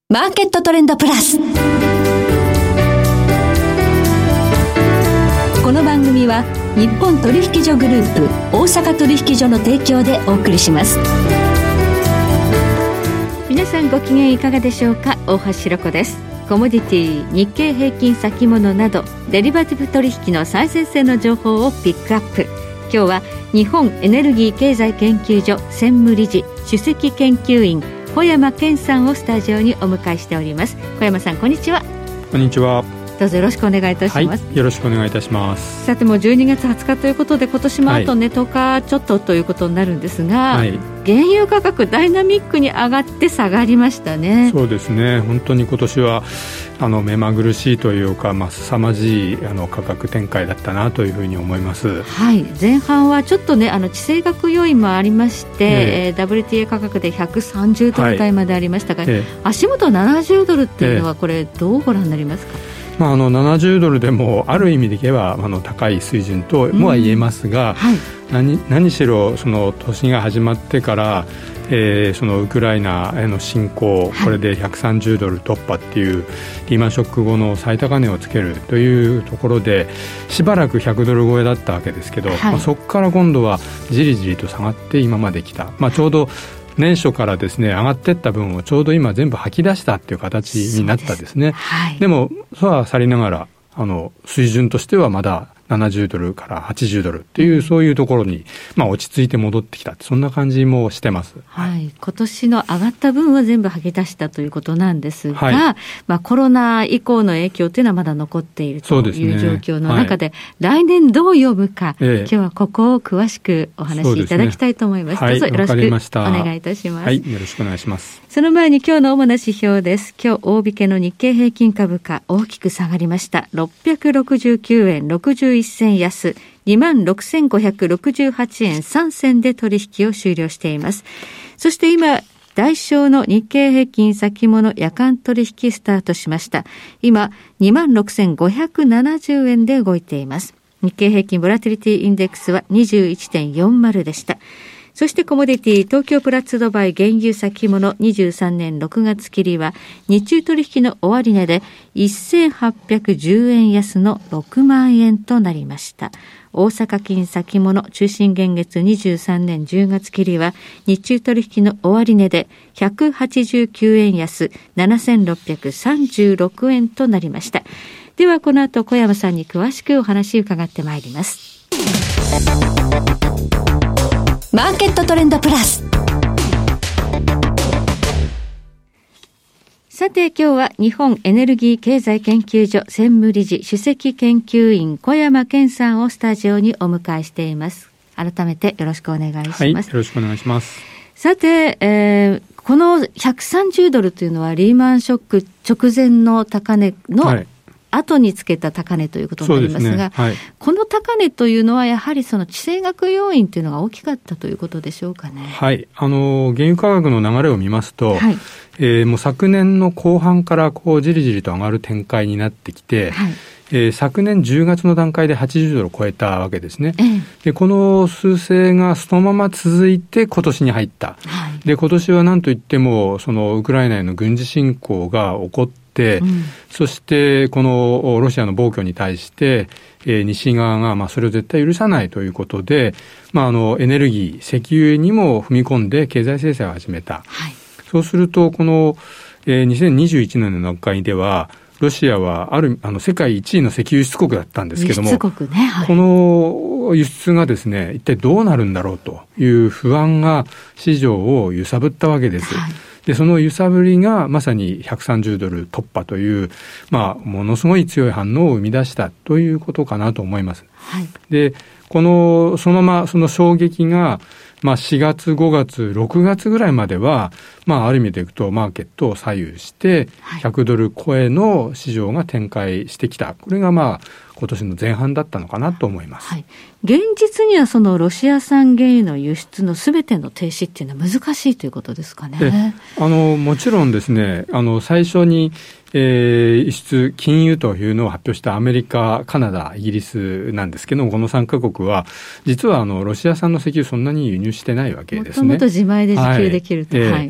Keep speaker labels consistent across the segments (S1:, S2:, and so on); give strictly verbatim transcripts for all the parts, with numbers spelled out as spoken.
S1: マーケットトレンドプラス。この番組は日本取引所グループ大阪取引所の提供でお送りします。
S2: 皆さんご機嫌いかがでしょうか。大橋ひろ子です。コモディティ、日経平均先物などデリバティブ取引の最前線の情報をピックアップ。今日は日本エネルギー経済研究所専務理事首席研究員小山健さんをスタジオにお迎えしております。小山さん、こんにちは。
S3: こんにちは。
S2: どうぞよろしくお願いいたします。
S3: はい、よろしくお願いいたします。
S2: さて、もうじゅうにがつはつかということで、今年もあとね、はい、とおかちょっとということになるんですが、はい、原油価格ダイナミックに上がって下がりましたね。
S3: そうですね、本当に今年はあの目まぐるしいというか、まあ、凄まじいあの価格展開だったなというふうに思います。
S2: はい、前半はちょっとね、あの地政学要因もありまして、えー、ダブリューティーエー 価格でひゃくさんじゅうドル台までありましたが、はい、えー、足元ななじゅうドルっていうのはこれどうご覧になりますか。
S3: まあ、あのななじゅうドルでもある意味でいけばあの高い水準ともは言えますが、うん、はい、何, 何しろその年が始まってから、えー、そのウクライナへの侵攻、これでひゃくさんじゅうドル突破っていうリーマンショック後の最高値をつけるというところでしばらくひゃくドル超えだったわけですけど、はい、まあ、そこから今度はじりじりと下がって今まで来た、まあ、ちょうど年初からですね上がっていった分をちょうど今全部吐き出したっていう形になったですね。 で, す、はい、でもそうはさりながらあの水準としてはまだななじゅうドルからはちじゅうドルっていう、そういうところに、まあ、落ち着いて戻ってきた、そんな感じもしてます。
S2: はい、今年の上がった分は全部吐き出したということなんですが、はい、まあ、コロナ以降の影響というのはまだ残っているという状況の中で、で、ね、はい、来年どう読むか、ええ、今日はここを詳しくお話しいただきたいと思います。
S3: そうですね、
S2: どうぞよろしくお願いい
S3: た
S2: します。
S3: はい、よろしくお願いします。
S2: その前に今日の主な指標です。今日大引けの日経平均株価大きく下がりました。ろっぴゃくろくじゅうきゅうえんろくじゅういっせん安、にまんろくせんごひゃくろくじゅうはちえんさんせんで取引を終了しています。そして今、代償の日経平均先物夜間取引スタートしました。今 にまんろくせんごひゃくななじゅうえんで動いています。日経平均ボラティリティインデックスは にじゅういちてんよんじゅう でした。そしてコモディティ東京プラッツドバイ原油先物にじゅうさんねんろくがつ切りは日中取引の終値でせんはっぴゃくじゅうえん安のろくまんえんとなりました。大阪金先物中心現月にじゅうさんねんじゅうがつ切りは日中取引の終値でひゃくはちじゅうきゅうえん安ななせんろっぴゃくさんじゅうろくえんとなりました。ではこの後小山さんに詳しくお話を伺ってまいります。
S1: マーケットトレンドプラス。
S2: さて、今日は日本エネルギー経済研究所専務理事首席研究員小山健さんをスタジオにお迎えしています。改めてよろしくお願いします。
S3: はい、よろしくお願いします。
S2: さて、えー、このひゃくさんじゅうドルというのはリーマンショック直前の高値の、はい、後につけた高値ということになりますが、す、ね、はい、この高値というのはやはりその地政学要因というのが大きかったということでしょうかね。
S3: はい、あの原油価格の流れを見ますと、はい、えー、もう昨年の後半からこうじりじりと上がる展開になってきて、はい、えー、昨年じゅうがつの段階ではちじゅうドルを超えたわけですね、ええ、でこの趨勢がそのまま続いて今年に入った、はい、で今年は何といってもそのウクライナへの軍事侵攻が起こって、うん、そしてこのロシアの暴挙に対して、えー、西側がまあそれを絶対許さないということで、まあ、あのエネルギー石油にも踏み込んで経済制裁を始めた、はい、そうするとこの、えー、にせんにじゅういちねんの段階ではロシアはあるあの世界いちいの石油輸出国だったんですけども、
S2: 輸出国ね、はい、
S3: この輸出がですね一体どうなるんだろうという不安が市場を揺さぶったわけです、はい、でその揺さぶりがまさにひゃくさんじゅうドル突破という、まあ、ものすごい強い反応を生み出したということかなと思います、はい、でこのそのままその衝撃がまあ、しがつごがつろくがつぐらいまでは、まあ、ある意味でいくとマーケットを左右してひゃくドル超えの市場が展開してきた、これがまあ今年の前半だったのかなと思います、はい、
S2: 現実にはそのロシア産原油の輸出のすべての停止っていうのは難しいということですかね。
S3: あのもちろんですね、あの最初にえー、輸出禁輸というのを発表したアメリカ、カナダ、イギリスなんですけども、このさんカ国は実はあのロシア産の石油そんなに輸入してないわけですね。
S2: もともと自前で自給できると、
S3: はい、
S2: はい、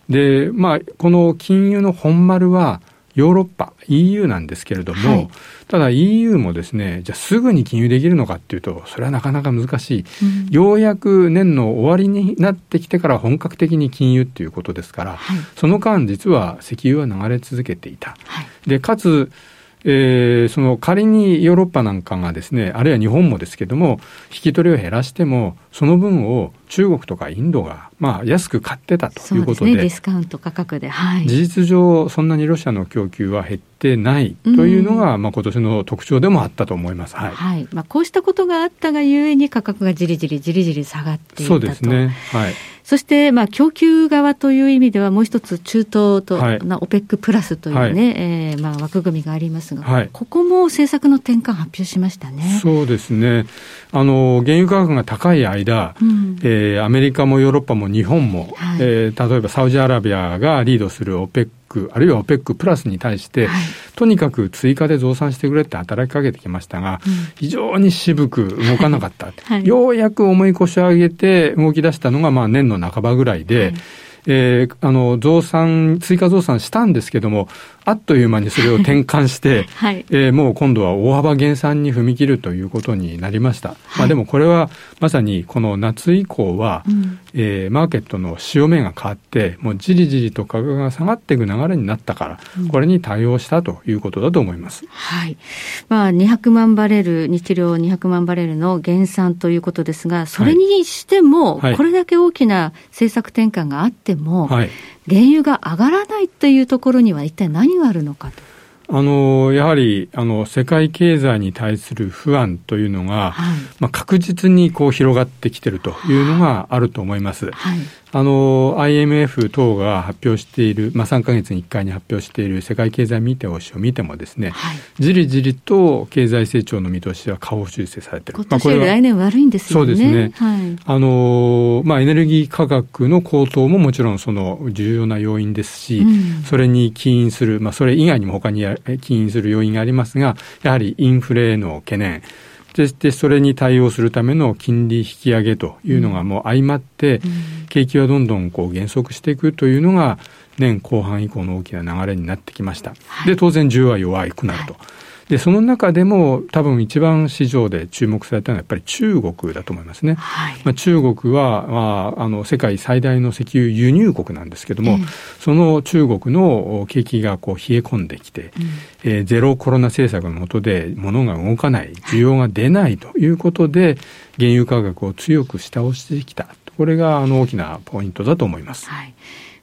S3: で、まあ、この金融の本丸はヨーロッパ イーユー なんですけれども、はい、ただ イーユー もですね、じゃあすぐに金融できるのかっていうと、それはなかなか難しい、うん、ようやく年の終わりになってきてから本格的に金融っていうことですから、はい、その間実は石油は流れ続けていた、はい、でかつえー、その仮にヨーロッパなんかがですね、あるいは日本もですけども、引き取りを減らしても、その分を中国とかインドが、まあ、安く買ってたということで、
S2: そうですね、ディスカウント価格で、はい、
S3: 事実上そんなにロシアの供給は減ってないというのが、うん、まあ、今年の特徴でもあったと思います。はい
S2: はい、まあ、こうしたことがあったがゆえに価格がじりじりじりじり下がっていったと。
S3: そうですね、はい。
S2: そして、まあ、供給側という意味ではもう一つ中東と、はい、オペックプラスというね、はい、えーまあ、枠組みがありますが、はい、ここも政策の転換発表しましたね。
S3: そうですね、あの原油価格が高い間、うん、えー、アメリカもヨーロッパも日本も、はい、えー、例えばサウジアラビアがリードするオペックあるいはオペックプラスに対して、はい、とにかく追加で増産してくれって働きかけてきましたが、うん、非常に渋く動かなかった、はい、ようやく重い腰を上げて動き出したのが、まあ、年の半ばぐらいで、はい、えー、あの増産追加増産したんですけども、あっという間にそれを転換して、はい、えー、もう今度は大幅減産に踏み切るということになりました、はい、まあ、でもこれはまさにこの夏以降は、うん、えー、マーケットの潮目が変わってもうじりじりと価格が下がっていく流れになったから、うん、これに対応したということだと思います、
S2: はい、まあ、にひゃくまんバレル日量にひゃくまんバレルの減産ということですが、それにしても、はい、これだけ大きな政策転換があっても、はい、原油が上がらないというところには一体何があるのかと。
S3: あのやはりあの世界経済に対する不安というのが、はい、まあ、確実にこう広がってきているというのがあると思います、はい、あの アイエムエフ 等が発表している、まあ、さんかげつにいっかいに発表している世界経済見通しを見てもですね、はい、じりじりと経済成長の見通しは下方修正されている。
S2: 今年より来年悪いんですよね。
S3: そうですね、はい、あのまあ、エネルギー価格の高騰ももちろんその重要な要因ですし、うん、それに起因する、まあ、それ以外にも他に起因する要因がありますが、やはりインフレへの懸念で、でそれに対応するための金利引き上げというのがもう相まって、うん、景気はどんどんこう減速していくというのが年後半以降の大きな流れになってきました、はい、で当然需要は弱くなると、はい、でその中でも多分一番市場で注目されたのはやっぱり中国だと思いますね、はい、まあ、中国は、まあ、あの世界最大の石油輸入国なんですけども、えー、その中国の景気がこう冷え込んできて、うん、えー、ゼロコロナ政策の下で物が動かない、需要が出ないということで原油価格を強く下押してきた、これがあの大きなポイントだと思います、はい、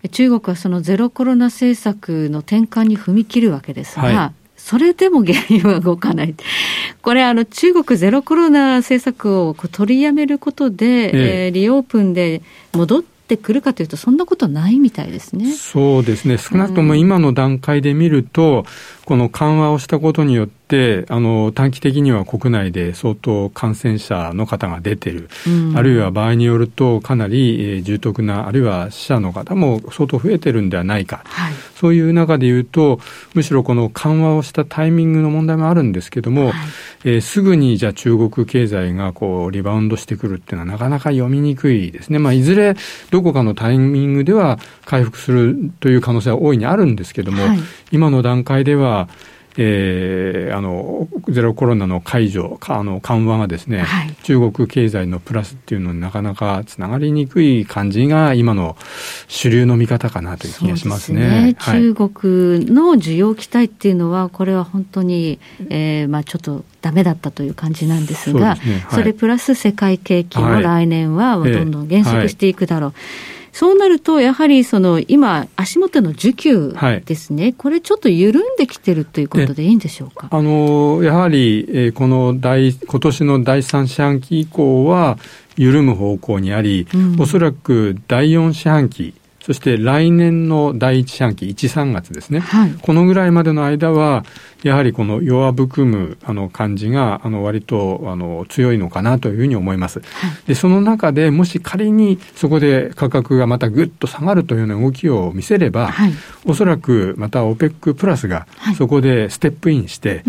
S2: 中国はそのゼロコロナ政策の転換に踏み切るわけですが、はい、それでも原油は動かない。これあの中国ゼロコロナ政策をこう取りやめることで、えええー、リオープンで戻ってくるかというとそんなことないみたいですね。
S3: そうですね、少なくとも今の段階で見ると、うん、この緩和をしたことによってあの短期的には国内で相当感染者の方が出ている、うん、あるいは場合によるとかなり、えー、重篤なあるいは死者の方も相当増えてるんではないか、はい、そういう中でいうとむしろこの緩和をしたタイミングの問題もあるんですけども、はい、えー、すぐにじゃあ中国経済がこうリバウンドしてくるっていうのはなかなか読みにくいですね。まあ、いずれどこかのタイミングでは回復するという可能性は大いにあるんですけども、はい、今の段階ではえー、あのゼロコロナの解除あの緩和がですね、はい、中国経済のプラスっていうのになかなかつながりにくい感じが今の主流の見方かなという気がしますね。そうですね、はい、
S2: 中国の需要期待っていうのはこれは本当に、えーまあ、ちょっとダメだったという感じなんですが、 そ, うですね、はい、それプラス世界景気も来年はどんどん減速していくだろう、はい、そうなるとやはりその今足元の需給ですね、はい、これちょっと緩んできてるということでいいんでしょうか。
S3: あのやはり、えー、この第今年のだいさん四半期以降は緩む方向にあり、うん、おそらくだいよん四半期そして来年のだいいち四半期いち、さんがつですね、はい、このぐらいまでの間はやはりこの弱含むあの感じがあの割とあの強いのかなというふうに思います、はい、でその中でもし仮にそこで価格がまたぐっと下がるというような動きを見せれば、はい、おそらくまた オペック プラスがそこでステップインして、はい、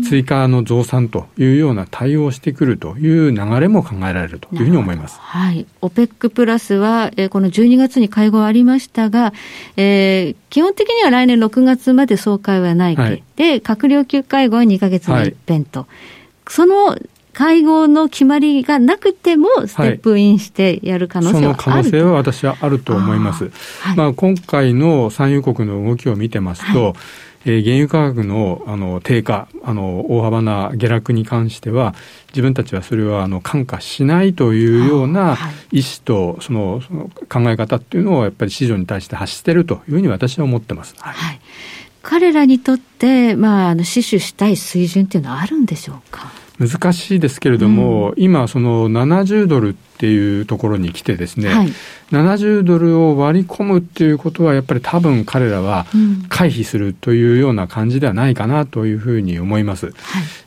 S3: 追加の増産というような対応をしてくるという流れも考えられるというふうに思います。
S2: はい、オペック プラスは、えー、このじゅうにがつに会合ありましたが、えー、基本的には来年ろくがつまで総会はない、はい、で閣僚級会合はにかげつに一遍と、はい、その会合の決まりがなくてもステップインしてやる可能性はある、はい、
S3: その可能性は私はあると思います。あ、はい、まあ、今回の産油国の動きを見てますと、はい、えー、原油価格の、あの低下、あの大幅な下落に関しては自分たちはそれはあの看過しないというような意思とその、その考え方っていうのをやっぱり市場に対して発しているというふうに私は思ってます。はい
S2: はい、彼らにとって、まあ、あの死守したい水準っていうのはあるんでしょうか。
S3: 難しいですけれども、うん、今そのななじゅうドルっていうところに来てですね、はい、ななじゅうドルを割り込むっていうことはやっぱり多分彼らは回避するというような感じではないかなというふうに思います。はい、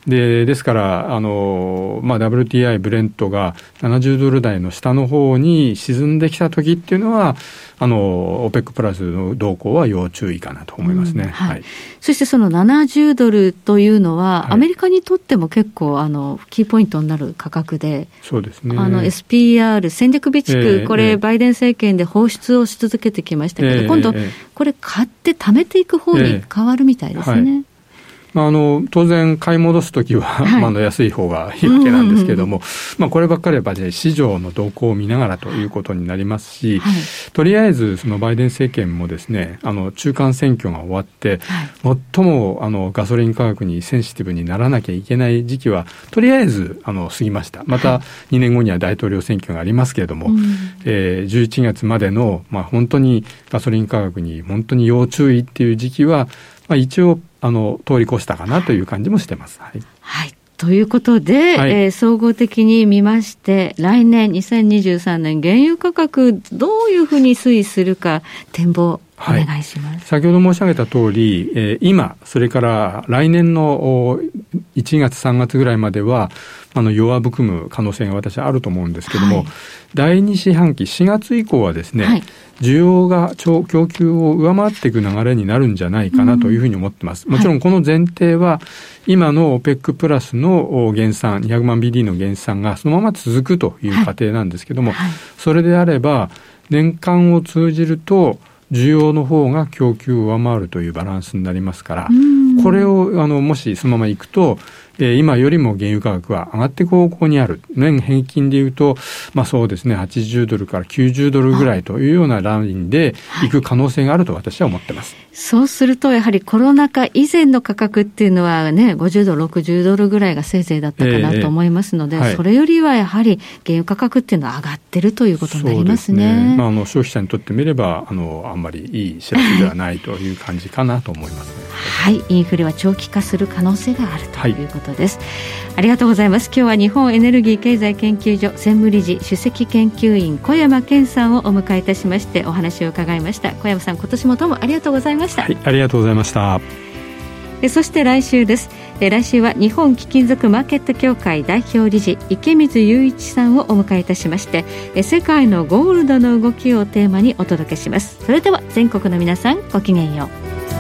S3: で、ですからあの、まあ、ダブリューティーアイ ブレントがななじゅうドル台の下の方に沈んできた時っていうのはあの オペック プラスの動向は要注意かなと思いますね。うん、はいはい、
S2: そしてそのななじゅうドルというのは、はい、アメリカにとっても結構あのキーポイントになる価格で、
S3: そうですね、
S2: あの エスピーアール 戦略備蓄、えー、これ、えー、バイデン政権で放出をし続けてきましたけど、えー、今度、えー、これ買って貯めていく方に変わるみたいですね。えーはい、
S3: まあ、あの当然買い戻すときは、はい、まあ、安い方がいいわけなんですけれども、うんうんうん、まあ、こればっかりは市場の動向を見ながらということになりますし、はい、とりあえずそのバイデン政権もですね、あの中間選挙が終わって、はい、最もあのガソリン価格にセンシティブにならなきゃいけない時期はとりあえずあの過ぎました。またにねんごには大統領選挙がありますけれども、はい、えー、じゅういちがつまでの、まあ、本当にガソリン価格に本当に要注意っていう時期は、まあ、一応あの通り越したかなという感じもしてます。はい、
S2: はい、ということで、はい、えー、総合的に見まして来年にせんにじゅうさんねん原油価格どういうふうに推移するか展望お願いします。はい、
S3: 先ほど申し上げた通り、えー、今それから来年のいちがつさんがつぐらいまではあの弱含む可能性が私はあると思うんですけども、はい、だいに四半期しがつ以降はですね、はい、需要が供給を上回っていく流れになるんじゃないかなというふうに思ってます。うん、もちろんこの前提は今の オペック プラスの減産にひゃくまんビーディー の減産がそのまま続くという過程なんですけども、はいはい、それであれば年間を通じると需要の方が供給を上回るというバランスになりますから、これをあのもしそのままいくと、えー、今よりも原油価格は上がっていく方向にある。年平均でいうと、まあそうですね、はちじゅうドルからきゅうじゅうドルぐらいというようなラインでいく可能性があると私は思ってます。
S2: はい、そうするとやはりコロナ禍以前の価格っていうのはね、ごじゅうドル、ろくじゅうドルぐらいがせいぜいだったかなと思いますので、えーはい、それよりはやはり原油価格っていうのは上がってるということになりますね。
S3: そうですね。まあ、あの消費者にとってみればあのあんまりいい知らせではないという感じかなと思いますね。
S2: はい、インフレは長期化する可能性があるということです。はい、ありがとうございます。今日は日本エネルギー経済研究所専務理事首席研究員小山健さんをお迎えいたしましてお話を伺いました。小山さん、今年もどうもありがとうございました。
S3: はい、ありがとうございました。
S2: えそして来週です。え来週は日本貴金属マーケット協会代表理事池水雄一さんをお迎えいたしましてえ世界のゴールドの動きをテーマにお届けします。それでは全国の皆さん、ごきげんよう。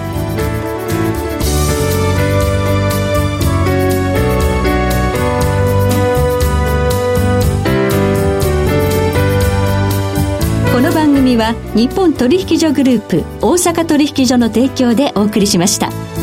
S1: この番組は日本取引所グループ大阪取引所の提供でお送りしました。